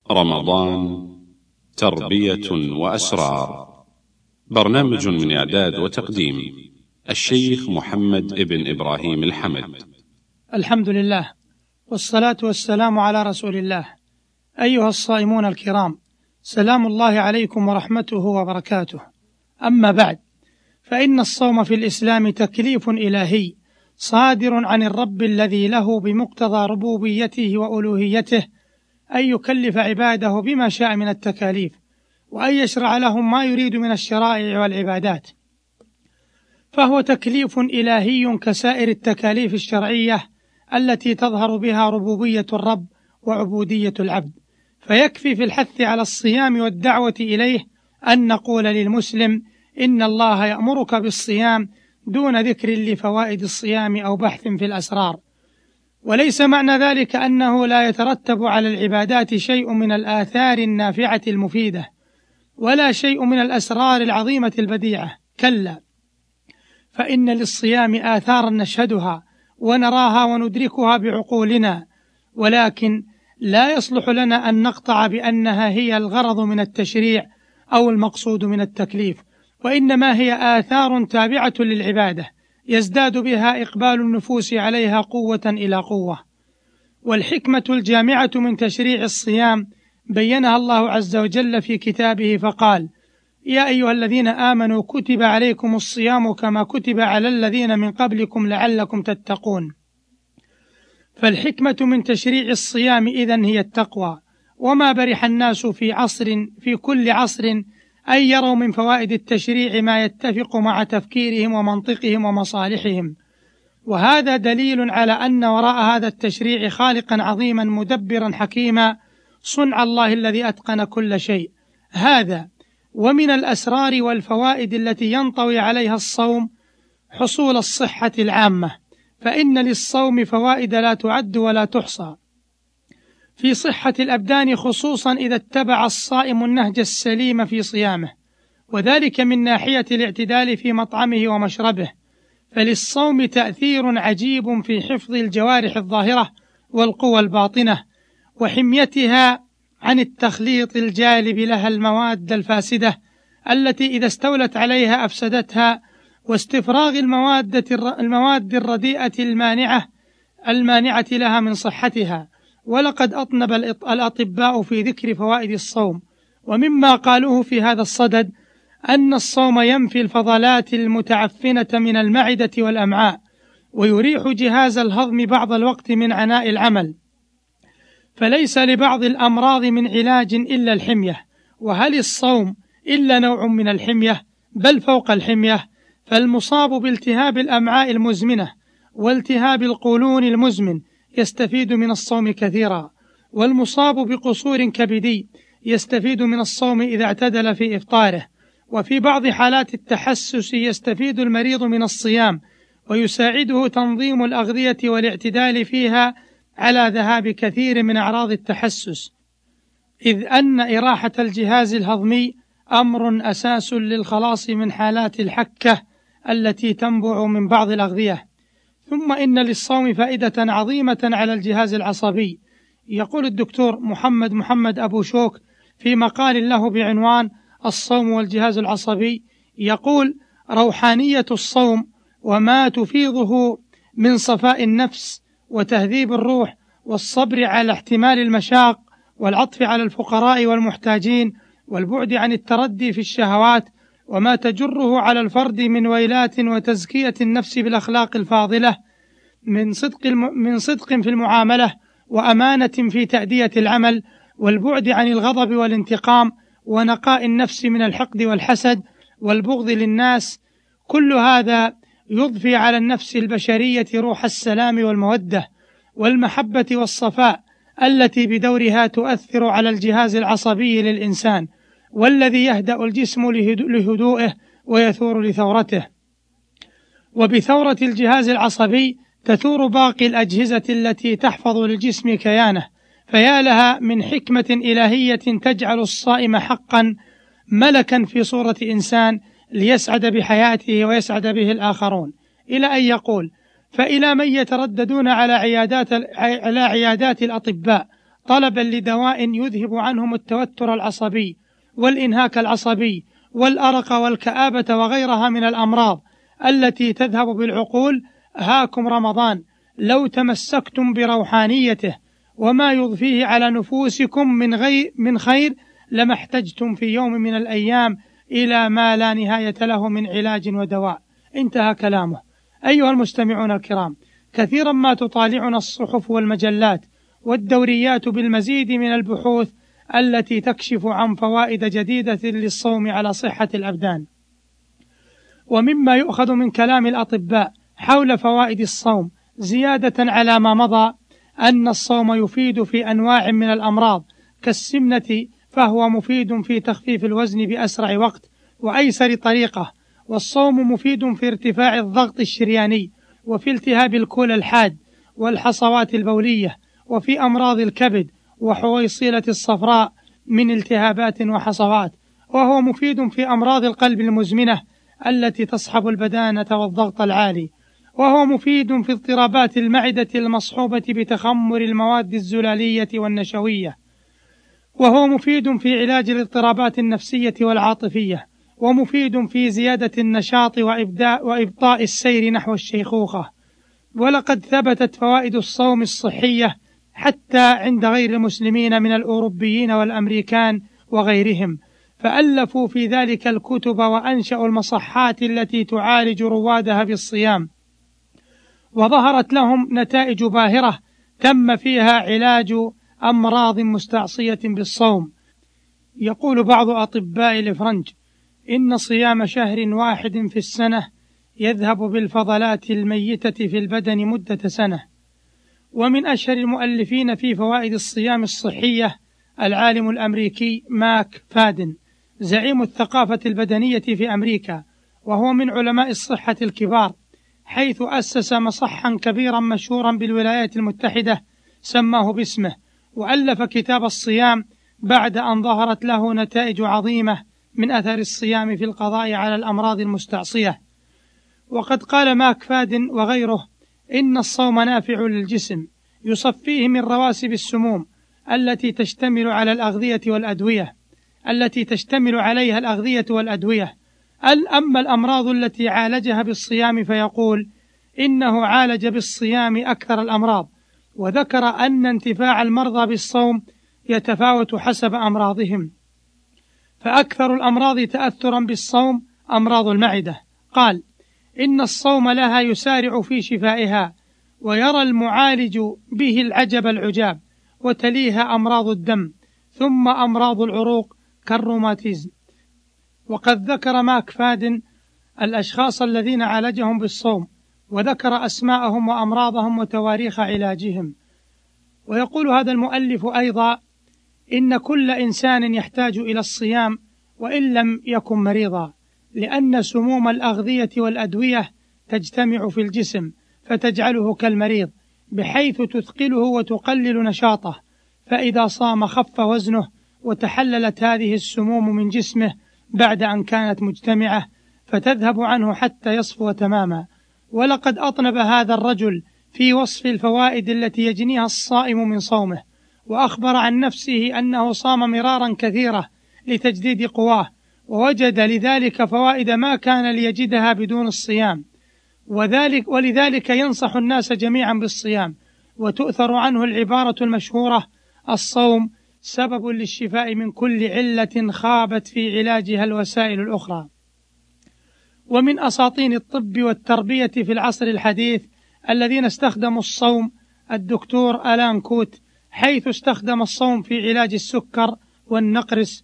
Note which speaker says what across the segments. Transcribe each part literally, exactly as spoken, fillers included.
Speaker 1: رمضان تربية وأسرار. برنامج من إعداد وتقديم الشيخ محمد ابن إبراهيم الحمد.
Speaker 2: الحمد لله والصلاة والسلام على رسول الله. أيها الصائمون الكرام، سلام الله عليكم ورحمته وبركاته. أما بعد، فإن الصوم في الإسلام تكليف إلهي صادر عن الرب الذي له بمقتضى ربوبيته وألوهيته أن يكلف عباده بما شاء من التكاليف، وأن يشرع لهم ما يريد من الشرائع والعبادات، فهو تكليف إلهي كسائر التكاليف الشرعية التي تظهر بها ربوبية الرب وعبودية العبد. فيكفي في الحث على الصيام والدعوة إليه أن نقول للمسلم إن الله يأمرك بالصيام دون ذكر لفوائد الصيام أو بحث في الأسرار. وليس معنى ذلك أنه لا يترتب على العبادات شيء من الآثار النافعة المفيدة، ولا شيء من الأسرار العظيمة البديعة، كلا، فإن للصيام آثارا نشهدها ونراها وندركها بعقولنا، ولكن لا يصلح لنا أن نقطع بأنها هي الغرض من التشريع أو المقصود من التكليف، وإنما هي آثار تابعة للعبادة يزداد بها إقبال النفوس عليها قوة إلى قوة. والحكمة الجامعة من تشريع الصيام بينها الله عز وجل في كتابه فقال: يا أيها الذين آمنوا كتب عليكم الصيام كما كتب على الذين من قبلكم لعلكم تتقون. فالحكمة من تشريع الصيام إذن هي التقوى. وما برح الناس في عصر في كل عصر أن يروا من فوائد التشريع ما يتفق مع تفكيرهم ومنطقهم ومصالحهم، وهذا دليل على أن وراء هذا التشريع خالقا عظيما مدبرا حكيما، صنع الله الذي أتقن كل شيء. هذا ومن الأسرار والفوائد التي ينطوي عليها الصوم حصول الصحة العامة، فإن للصوم فوائد لا تعد ولا تحصى في صحة الأبدان، خصوصا إذا اتبع الصائم النهج السليم في صيامه، وذلك من ناحية الاعتدال في مطعمه ومشربه. فللصوم تأثير عجيب في حفظ الجوارح الظاهرة والقوى الباطنة، وحميتها عن التخليط الجالب لها المواد الفاسدة التي إذا استولت عليها أفسدتها، واستفراغ المواد المواد الرديئة المانعة المانعة لها من صحتها. ولقد أطنب الأطباء في ذكر فوائد الصوم، ومما قالوه في هذا الصدد أن الصوم ينفي الفضلات المتعفنة من المعدة والأمعاء، ويريح جهاز الهضم بعض الوقت من عناء العمل، فليس لبعض الأمراض من علاج إلا الحمية. وهل الصوم إلا نوع من الحمية؟ بل فوق الحمية، فالمصاب بالتهاب الأمعاء المزمنة والتهاب القولون المزمن يستفيد من الصوم كثيرا، والمصاب بقصور كبدي يستفيد من الصوم إذا اعتدل في إفطاره، وفي بعض حالات التحسس يستفيد المريض من الصيام، ويساعده تنظيم الأغذية والاعتدال فيها على ذهاب كثير من أعراض التحسس، إذ أن إراحة الجهاز الهضمي أمر أساس للخلاص من حالات الحكة التي تنبع من بعض الأغذية. ثم إن للصوم فائدة عظيمة على الجهاز العصبي. يقول الدكتور محمد محمد أبو شوك في مقال له بعنوان الصوم والجهاز العصبي، يقول: روحانية الصوم وما تفيضه من صفاء النفس وتهذيب الروح والصبر على احتمال المشاق والعطف على الفقراء والمحتاجين والبعد عن التردي في الشهوات، وما تجره على الفرد من ويلات وتزكية النفس بالأخلاق الفاضلة من صدق من صدق في المعاملة وأمانة في تأدية العمل، والبعد عن الغضب والانتقام، ونقاء النفس من الحقد والحسد والبغض للناس. كل هذا يضفي على النفس البشرية روح السلام والمودة والمحبة والصفاء التي بدورها تؤثر على الجهاز العصبي للإنسان، والذي يهدأ الجسم لهدوئه ويثور لثورته. وبثورة الجهاز العصبي تثور باقي الأجهزة التي تحفظ للجسم كيانه، فيا لها من حكمة إلهية تجعل الصائم حقا ملكا في صورة إنسان ليسعد بحياته ويسعد به الآخرون. إلى أن يقول: فإلى من يترددون على عيادات على عيادات الأطباء طلبا لدواء يذهب عنهم التوتر العصبي والإنهاك العصبي والأرق والكآبة وغيرها من الأمراض التي تذهب بالعقول. هاكم رمضان لو تمسكتم بروحانيته وما يضفيه على نفوسكم من, غير من خير لما احتجتم في يوم من الأيام إلى ما لا نهاية له من علاج ودواء. انتهى كلامه. أيها المستمعون الكرام، كثيرا ما تطالعنا الصحف والمجلات والدوريات بالمزيد من البحوث التي تكشف عن فوائد جديدة للصوم على صحة الأبدان، ومما يؤخذ من كلام الأطباء حول فوائد الصوم زيادة على ما مضى أن الصوم يفيد في أنواع من الأمراض كالسمنة، فهو مفيد في تخفيف الوزن بأسرع وقت وأيسر طريقة، والصوم مفيد في ارتفاع الضغط الشرياني وفي التهاب الكلى الحاد والحصوات البولية وفي أمراض الكبد وحويصلة الصفراء من التهابات وحصوات، وهو مفيد في أمراض القلب المزمنة التي تصحب البدانة والضغط العالي، وهو مفيد في اضطرابات المعدة المصحوبة بتخمر المواد الزلالية والنشوية، وهو مفيد في علاج الاضطرابات النفسية والعاطفية، ومفيد في زيادة النشاط وإبداء وإبطاء السير نحو الشيخوخة. ولقد ثبتت فوائد الصوم الصحية حتى عند غير المسلمين من الأوروبيين والأمريكان وغيرهم، فألفوا في ذلك الكتب وأنشأوا المصحات التي تعالج روادها بالصيام، وظهرت لهم نتائج باهرة تم فيها علاج أمراض مستعصية بالصوم. يقول بعض أطباء الإفرنج إن صيام شهر واحد في السنة يذهب بالفضلات الميتة في البدن مدة سنة. ومن أشهر المؤلفين في فوائد الصيام الصحية العالم الأمريكي ماك فادن، زعيم الثقافة البدنية في أمريكا، وهو من علماء الصحة الكبار، حيث أسس مصحا كبيرا مشهورا بالولايات المتحدة سماه باسمه، وألف كتاب الصيام بعد أن ظهرت له نتائج عظيمة من أثر الصيام في القضاء على الأمراض المستعصية. وقد قال ماك فادن وغيره إن الصوم نافع للجسم، يصفيه من رواسب السموم التي تشتمل على الأغذية والأدوية التي تشتمل عليها الأغذية والأدوية. أما الأمراض التي عالجها بالصيام فيقول إنه عالج بالصيام أكثر الأمراض، وذكر أن انتفاع المرضى بالصوم يتفاوت حسب أمراضهم، فأكثر الأمراض تأثرا بالصوم أمراض المعدة. قال إن الصوم لها يسارع في شفائها، ويرى المعالج به العجب العجاب، وتليها أمراض الدم، ثم أمراض العروق كالروماتيزم. وقد ذكر ماك فادن الأشخاص الذين عالجهم بالصوم، وذكر أسماءهم وأمراضهم وتواريخ علاجهم. ويقول هذا المؤلف أيضا إن كل إنسان يحتاج إلى الصيام وإن لم يكن مريضا، لأن سموم الأغذية والأدوية تجتمع في الجسم فتجعله كالمريض، بحيث تثقله وتقلل نشاطه، فإذا صام خف وزنه وتحللت هذه السموم من جسمه بعد أن كانت مجتمعة، فتذهب عنه حتى يصفو تماما. ولقد أطنب هذا الرجل في وصف الفوائد التي يجنيها الصائم من صومه، وأخبر عن نفسه أنه صام مرارا كثيرة لتجديد قواه، ووجد لذلك فوائد ما كان ليجدها بدون الصيام، وذلك ولذلك ينصح الناس جميعا بالصيام. وتؤثر عنه العبارة المشهورة: الصوم سبب للشفاء من كل علة خابت في علاجها الوسائل الأخرى. ومن أساطين الطب والتربية في العصر الحديث الذين استخدموا الصوم الدكتور ألان كوت، حيث استخدم الصوم في علاج السكر والنقرس،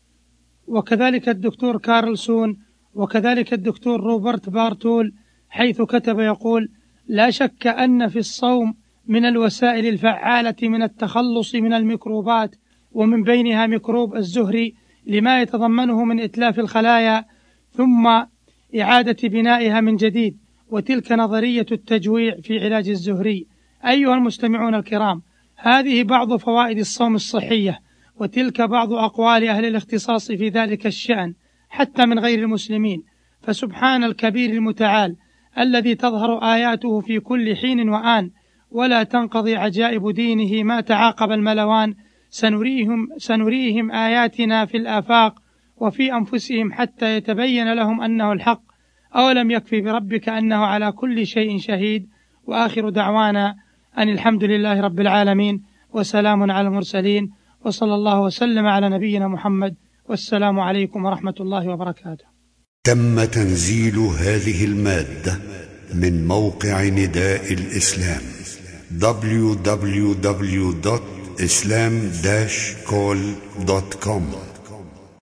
Speaker 2: وكذلك الدكتور كارلسون، وكذلك الدكتور روبرت بارتول، حيث كتب يقول: لا شك أن في الصوم من الوسائل الفعالة من التخلص من الميكروبات، ومن بينها ميكروب الزهري لما يتضمنه من إتلاف الخلايا ثم إعادة بنائها من جديد، وتلك نظرية التجويع في علاج الزهري. أيها المستمعون الكرام، هذه بعض فوائد الصوم الصحية، وتلك بعض أقوال أهل الاختصاص في ذلك الشأن حتى من غير المسلمين. فسبحان الكبير المتعال الذي تظهر آياته في كل حين وآن، ولا تنقضي عجائب دينه ما تعاقب الملوان سنريهم, سنريهم آياتنا في الآفاق وفي أنفسهم حتى يتبين لهم أنه الحق. أولم يكفي بربك أنه على كل شيء شهيد. وآخر دعوانا أن الحمد لله رب العالمين، وسلام على المرسلين، وصلى الله وسلم على نبينا محمد، والسلام عليكم ورحمة الله وبركاته.
Speaker 3: تم تنزيل هذه المادة من موقع نداء الإسلام دبليو دبليو دبليو دوت إسلام داش كول دوت كوم.